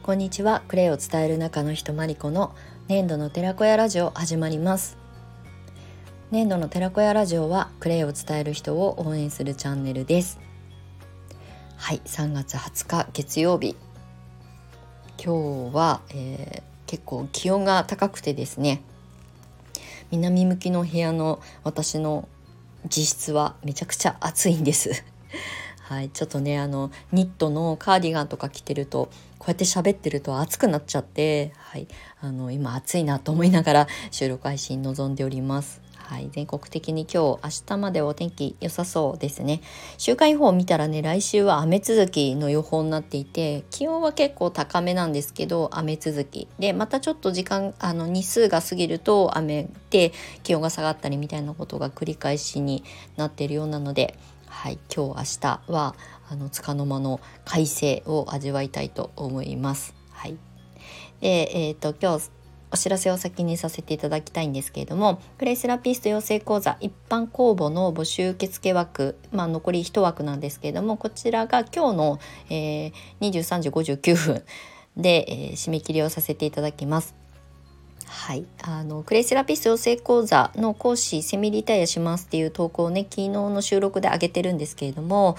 こんにちは。クレイを伝える中の人まりこの粘土の寺子屋ラジオ始まります。粘土の寺子屋ラジオはクレイを伝える人を応援するチャンネルです。はい、3月20日月曜日。今日は、結構気温が高くてですね、南向きの部屋の私の自室はめちゃくちゃ暑いんですはい、ちょっとねニットのカーディガンとか着てるとこうやって喋ってると暑くなっちゃって、はい、今暑いなと思いながら収録配信臨んでおります。はい、全国的に今日明日までお天気良さそうですね。週間予報を見たらね、来週は雨続きの予報になっていて、気温は結構高めなんですけど雨続きで、またちょっと日数が過ぎると雨で気温が下がったりみたいなことが繰り返しになっているようなので、はい、今日明日は束の間の快晴を味わいたいと思います。はい、で、今日お知らせを先にさせていただきたいんですけれども、クレイセラピスト養成講座一般公募の募集受付枠、残り1枠なんですけれども、こちらが今日の、23時59分で、締め切りをさせていただきます。はい、クレイセラピスト養成講座の講師セミリタイアしますっていう投稿をね、昨日の収録で上げてるんですけれども、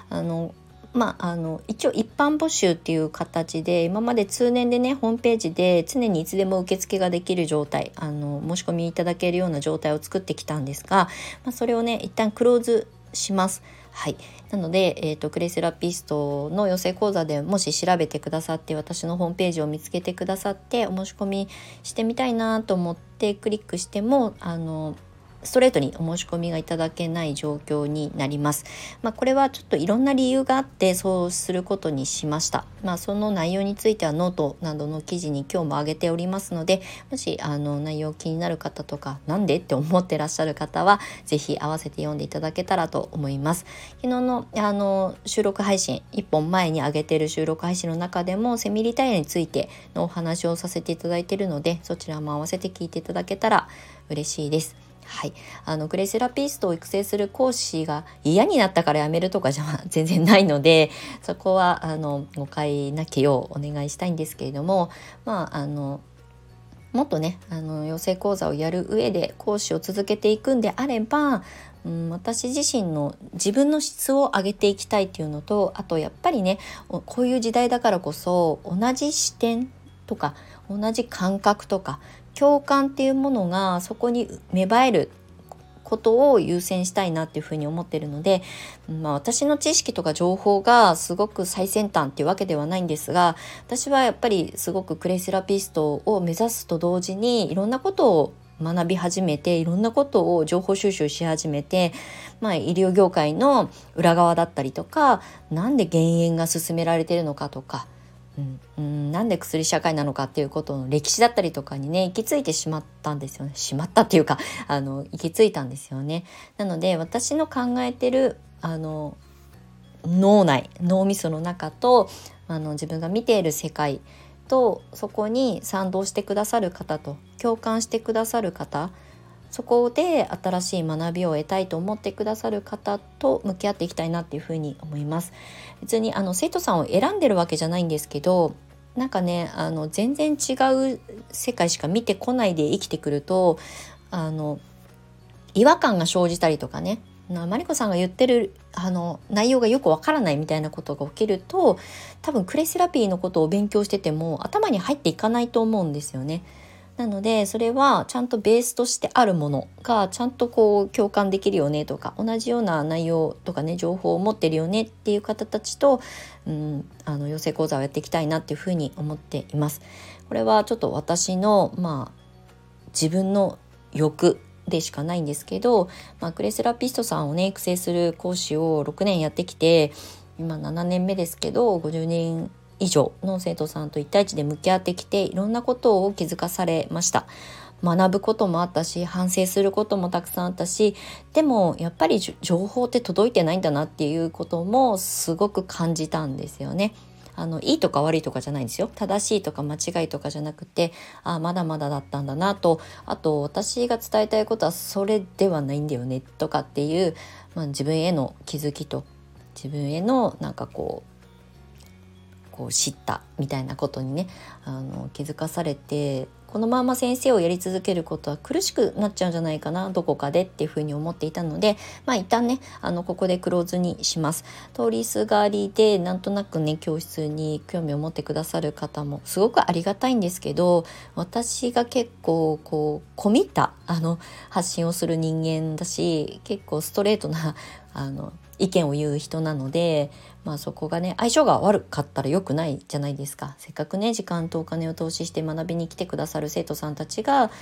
一応一般募集っていう形で、今まで通年でね、ホームページで常にいつでも受付ができる状態、申し込みいただけるような状態を作ってきたんですが、それをね一旦クローズします。はい、なので、クレイセラピストの養成講座でもし調べてくださって、私のホームページを見つけてくださってお申し込みしてみたいなと思ってクリックしてもストレートにお申し込みがいただけない状況になります。これはちょっといろんな理由があってそうすることにしました。その内容についてはノートなどの記事に今日も上げておりますので、もし内容気になる方とか、なんでって思ってらっしゃる方はぜひ合わせて読んでいただけたらと思います。昨日の収録配信、1本前に上げている収録配信の中でもセミリタイアについてのお話をさせていただいているので、そちらも合わせて聞いていただけたら嬉しいです。はい、クレイセラピストを育成する講師が嫌になったから辞めるとかじゃ全然ないので、そこは誤解なきようお願いしたいんですけれども、もっとね養成講座をやる上で講師を続けていくんであれば、私自身の自分の質を上げていきたいっていうのと、あとやっぱりね、こういう時代だからこそ同じ視点とか同じ感覚とか共感っていうものがそこに芽生えることを優先したいなっていうふうに思ってるので、私の知識とか情報がすごく最先端っていうわけではないんですが、私はやっぱりすごくクレイセラピストを目指すと同時にいろんなことを学び始めて、いろんなことを情報収集し始めて、医療業界の裏側だったりとか、なんで減塩が進められているのかとか、なんで薬社会なのかっていうことの歴史だったりとかにね行き着いてしまったんですよね。しまったっていうか行き着いたんですよね。なので私の考えてる脳みその中と自分が見ている世界と、そこに賛同してくださる方と共感してくださる方、そこで新しい学びを得たいと思ってくださる方と向き合っていきたいなっていうふうに思います。別に生徒さんを選んでるわけじゃないんですけど、なんかね全然違う世界しか見てこないで生きてくると違和感が生じたりとかね、マリコさんが言ってる内容がよくわからないみたいなことが起きると、多分クレイセラピーのことを勉強してても頭に入っていかないと思うんですよね。なのでそれはちゃんとベースとしてあるものがちゃんとこう共感できるよねとか、同じような内容とかね情報を持ってるよねっていう方たちと、養成講座をやっていきたいなっていうふうに思っています。これはちょっと私の自分の欲でしかないんですけど、クレイセラピストさんをね育成する講師を6年やってきて、今7年目ですけど、50人以上の生徒さんと1対1で向き合ってきて、いろんなことを気づかされました。学ぶこともあったし、反省することもたくさんあったし、でもやっぱり情報って届いてないんだなっていうこともすごく感じたんですよね。いいとか悪いとかじゃないんですよ。正しいとか間違いとかじゃなくて、まだまだだったんだなと、あと私が伝えたいことはそれではないんだよねとかっていう、自分への気づきと、自分へのこう知ったみたいなことにね気づかされて、このまま先生をやり続けることは苦しくなっちゃうんじゃないかな、どこかでっていうふうに思っていたので、一旦ねここでクローズにします。通りすがりでなんとなくね教室に興味を持ってくださる方もすごくありがたいんですけど、私が結構こう込み入った発信をする人間だし、結構ストレートな意見を言う人なので、そこがね相性が悪かったら良くないじゃないですか。せっかくね時間とお金を投資して学びに来てくださる生徒さんたちが、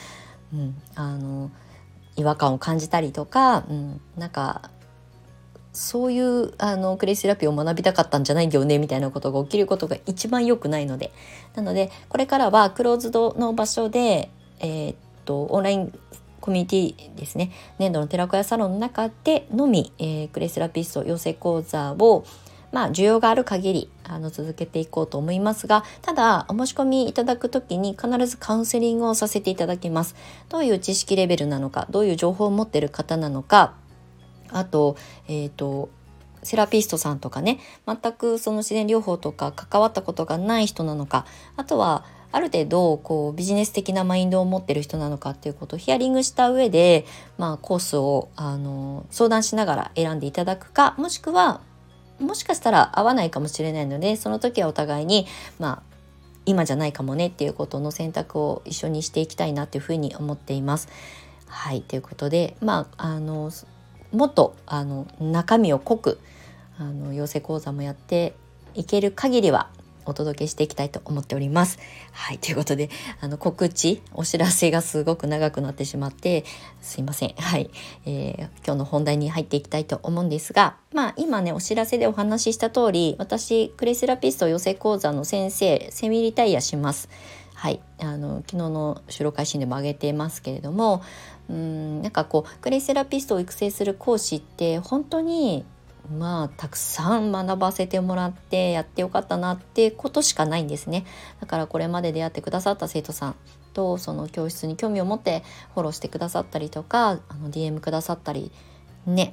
違和感を感じたりとか、なんかそういうクレイセラピーを学びたかったんじゃないんだよねみたいなことが起きることが一番良くないので、なのでこれからはクローズドの場所で、オンラインコミュニティですね、年度の寺子屋サロンの中でのみ、クレイセラピスト養成講座を需要がある限り続けていこうと思いますが、ただお申し込みいただくときに必ずカウンセリングをさせていただきます。どういう知識レベルなのか、どういう情報を持っている方なのか、あとセラピストさんとかね、全くその自然療法とか関わったことがない人なのか、あとはある程度こうビジネス的なマインドを持っている人なのかっていうことをヒアリングした上で、コースを相談しながら選んでいただくか、もしくはもしかしたら合わないかもしれないので、その時はお互いに今じゃないかもねっていうことの選択を一緒にしていきたいなというふうに思っています。はい、ということでもっと中身を濃く養成講座もやっていける限りはお届けしていきたいと思っております。はい、ということで告知お知らせがすごく長くなってしまってすいません。はい、今日の本題に入っていきたいと思うんですが、今ねお知らせでお話しした通り、私クレイセラピスト養成講座の先生セミリタイアします。はい、昨日の収録配信でも上げてますけれども、なんかこうクレイセラピストを育成する講師って本当にたくさん学ばせてもらってやってよかったなってことしかないんですね。だからこれまで出会ってくださった生徒さんとその教室に興味を持ってフォローしてくださったりとかDM くださったりね、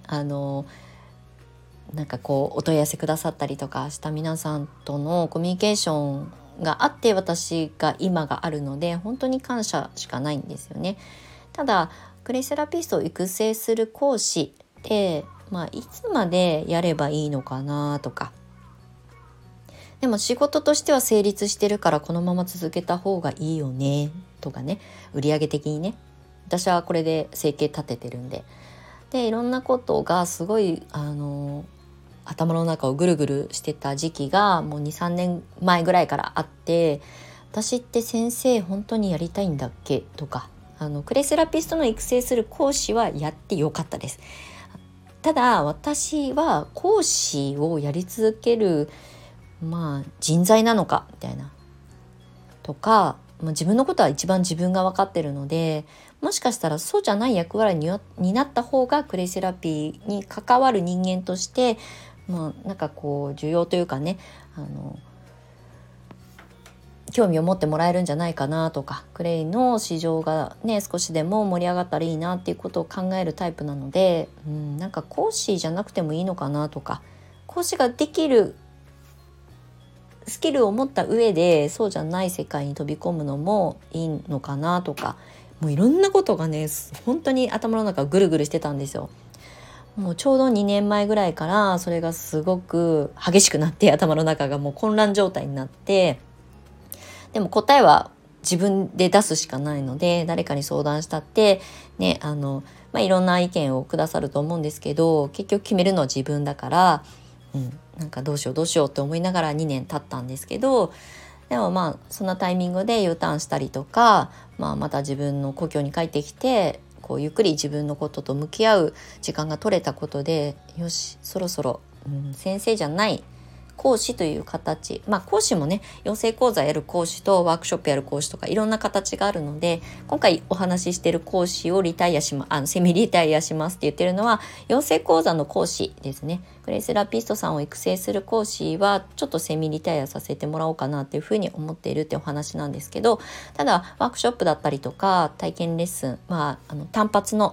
なんかこうお問い合わせくださったりとかした皆さんとのコミュニケーションがあって私が今があるので、本当に感謝しかないんですよね。ただクレイセラピストを育成する講師っていつまでやればいいのかなとか、でも仕事としては成立してるからこのまま続けた方がいいよねとかね、売上的にね、私はこれで生計立ててるんで、いろんなことがすごい頭の中をぐるぐるしてた時期がもう 2,3 年前ぐらいからあって、私って先生本当にやりたいんだっけとか、クレイセラピストの育成する講師はやってよかったです。ただ私は講師をやり続ける人材なのかみたいなとか、自分のことは一番自分が分かってるので、もしかしたらそうじゃない役割になった方がクレイセラピーに関わる人間としてなんかこう需要というかね、興味を持ってもらえるんじゃないかなとか、クレイの市場がね少しでも盛り上がったらいいなっていうことを考えるタイプなので、なんか講師じゃなくてもいいのかなとか、講師ができるスキルを持った上でそうじゃない世界に飛び込むのもいいのかなとか、もういろんなことがね本当に頭の中ぐるぐるしてたんですよ。もうちょうど2年前ぐらいからそれがすごく激しくなって、頭の中がもう混乱状態になって、でも答えは自分で出すしかないので、誰かに相談したってねいろんな意見をくださると思うんですけど、結局決めるのは自分だから、なんかどうしようって思いながら2年経ったんですけど、でもそんなタイミングで U ターンしたりとか、また自分の故郷に帰ってきてこうゆっくり自分のことと向き合う時間が取れたことで、よしそろそろ、先生じゃない講師という形、講師もね養成講座やる講師とワークショップやる講師とかいろんな形があるので、今回お話ししている講師をセミリタイアしますって言ってるのは養成講座の講師ですね。クレイセラピストさんを育成する講師はちょっとセミリタイアさせてもらおうかなっていうふうに思っているってお話なんですけど、ただワークショップだったりとか体験レッスン、単発の1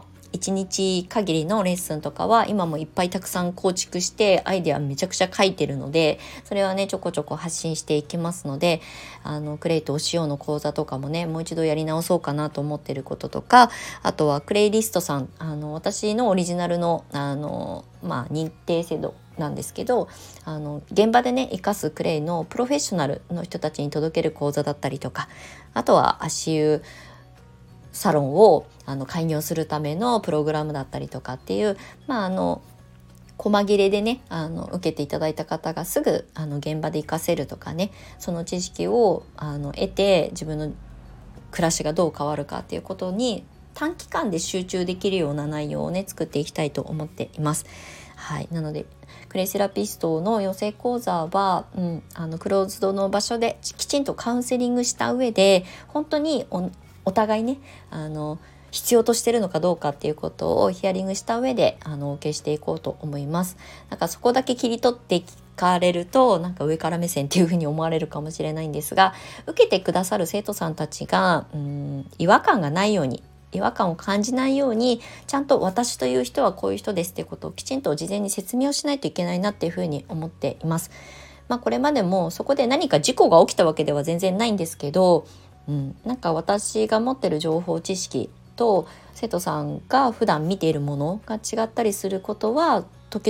1日限りのレッスンとかは今もいっぱいたくさん構築してアイデアめちゃくちゃ書いてるので、それはねちょこちょこ発信していきますので、クレイとお塩の講座とかもねもう一度やり直そうかなと思ってることとか、あとはクレイリストさん、私のオリジナルの認定制度なんですけど、現場でね活かすクレイのプロフェッショナルの人たちに届ける講座だったりとか、あとは足湯サロンを開業するためのプログラムだったりとかっていう、細切れでね受けていただいた方がすぐ現場で活かせるとかね、その知識を得て自分の暮らしがどう変わるかっていうことに短期間で集中できるような内容をね作っていきたいと思っています。はい、なのでクレイセラピストの養成講座は、クローズドの場所できちんとカウンセリングした上で本当にお互いね必要としてるのかどうかっていうことをヒアリングした上でお受けしていこうと思います。なんかそこだけ切り取って聞かれるとなんか上から目線っていうふうに思われるかもしれないんですが、受けてくださる生徒さんたちが違和感がないように、違和感を感じないようにちゃんと私という人はこういう人ですっていうことをきちんと事前に説明をしないといけないなっていうふうに思っています。これまでもそこで何か事故が起きたわけでは全然ないんですけど、なんか私が持ってる情報知識と生徒さんが普段見ているものが違ったりすることは時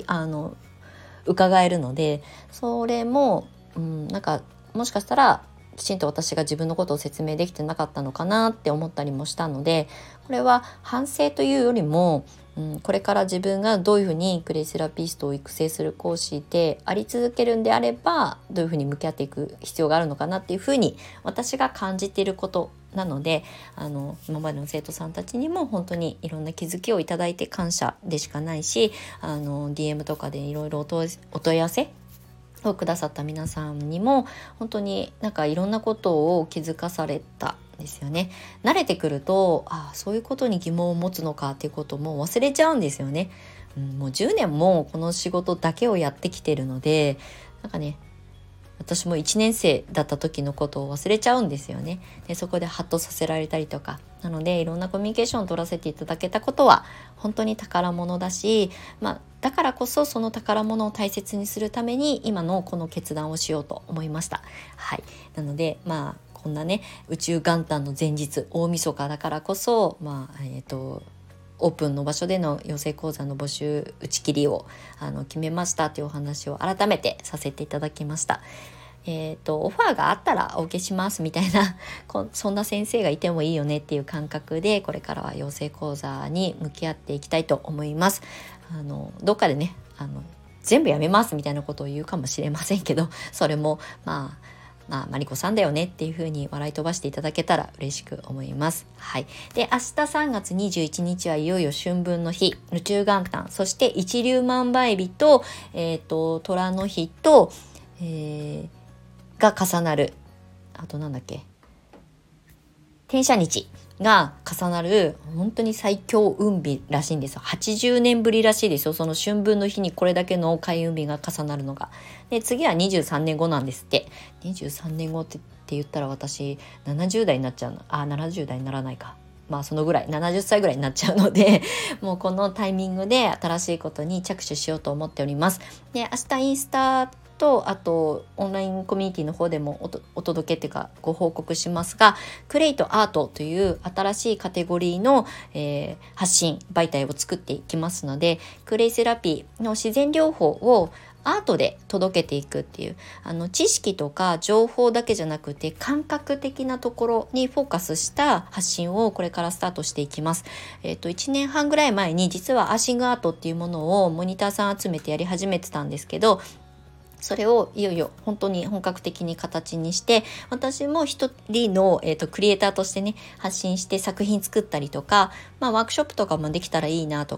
々伺えるので、それも、なんかもしかしたらきちんと私が自分のことを説明できてなかったのかなって思ったりもしたので、これは反省というよりも、これから自分がどういうふうにクレイセラピストを育成する講師であり続けるんであればどういうふうに向き合っていく必要があるのかなっていうふうに私が感じていることなので、今までの生徒さんたちにも本当にいろんな気づきをいただいて感謝でしかないし、DM とかでいろいろお問い合わせをくださった皆さんにも本当になんかいろんなことを気づかされたですよね。慣れてくるとそういうことに疑問を持つのかっていうことも忘れちゃうんですよね。もう10年もこの仕事だけをやってきてるので、なんかね私も1年生だった時のことを忘れちゃうんですよね。でそこでハッとさせられたりとか、なのでいろんなコミュニケーションを取らせていただけたことは本当に宝物だし、だからこそその宝物を大切にするために今のこの決断をしようと思いました。はい、なのでこんなね宇宙元旦の前日大晦日だからこそオープンの場所での養成講座の募集打ち切りを決めましたというお話を改めてさせていただきました。オファーがあったらお受けしますみたいなそんな先生がいてもいいよねっていう感覚でこれからは養成講座に向き合っていきたいと思います。どっかでね全部やめますみたいなことを言うかもしれませんけど、それもマリコさんだよねっていう風に笑い飛ばしていただけたら嬉しく思います。はい。で、明日3月21日はいよいよ春分の日、宇宙元旦、そして一粒万倍日と、虎の日と、が重なる。あとなんだっけ。天赦日が重なる本当に最強運日らしいんですよ。80年ぶりらしいですよ。その春分の日にこれだけの開運日が重なるのが。で次は23年後なんですって。23年後って言ったら私70代になっちゃうの。70代にならないか。そのぐらい70歳ぐらいになっちゃうのでもうこのタイミングで新しいことに着手しようと思っております。で明日インスタとあとオンラインコミュニティの方でもお届けっていうかご報告しますが、クレイとアートという新しいカテゴリーの、発信媒体を作っていきますので、クレイセラピーの自然療法をアートで届けていくっていう知識とか情報だけじゃなくて感覚的なところにフォーカスした発信をこれからスタートしていきます。1年半ぐらい前に実はアーシングアートっていうものをモニターさん集めてやり始めてたんですけど、それをいよいよ本当に本格的に形にして、私も一人の、クリエイターとしてね発信して作品作ったりとか、ワークショップとかもできたらいいなとか、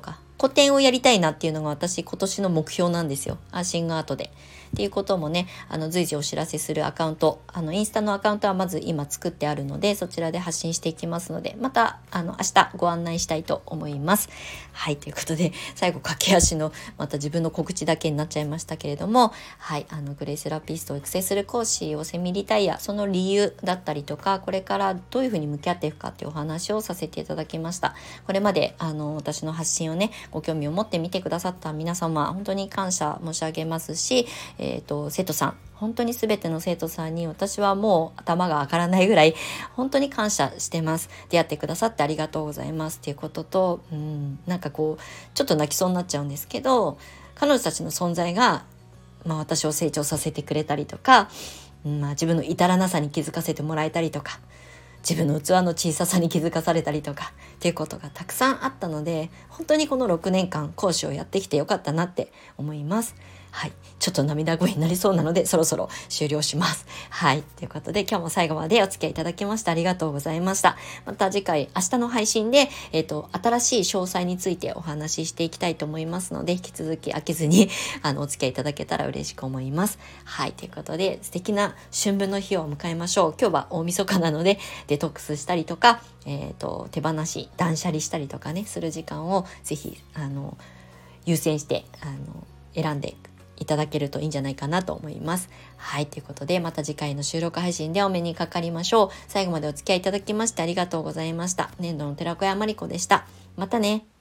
個展をやりたいなっていうのが私今年の目標なんですよ。シングアートでっていうこともね、随時お知らせするアカウント、インスタのアカウントはまず今作ってあるので、そちらで発信していきますので、また明日ご案内したいと思います。はい、ということで最後駆け足のまた自分の告知だけになっちゃいましたけれども、はい、グレイセラピストを育成する講師をセミリタイヤ、その理由だったりとか、これからどういうふうに向き合っていくかっていうお話をさせていただきました。これまで私の発信をね、ご興味を持って見てくださった皆様、本当に感謝申し上げますし、生徒さん、本当に全ての生徒さんに私はもう頭が上がらないぐらい本当に感謝してます。出会ってくださってありがとうございますっていうことと、なんかこうちょっと泣きそうになっちゃうんですけど、彼女たちの存在が、私を成長させてくれたりとか、自分の至らなさに気づかせてもらえたりとか、自分の器の小ささに気づかされたりとかっていうことがたくさんあったので、本当にこの6年間講師をやってきてよかったなって思います。はい、ちょっと涙声になりそうなのでそろそろ終了します。はい、ということで今日も最後までお付き合いいただきましてありがとうございました。また次回明日の配信で、新しい詳細についてお話ししていきたいと思いますので、引き続き飽きずにお付き合いいただけたら嬉しく思います。はい、ということで素敵な春分の日を迎えましょう。今日は大晦日なのでデトックスしたりとか、手放し断捨離したりとかねする時間をぜひ優先して選んでいただけるといいんじゃないかなと思います。はい、ということでまた次回の収録配信でお目にかかりましょう。最後までお付き合いいただきましてありがとうございました。粘土の寺子屋まりこでした。またね。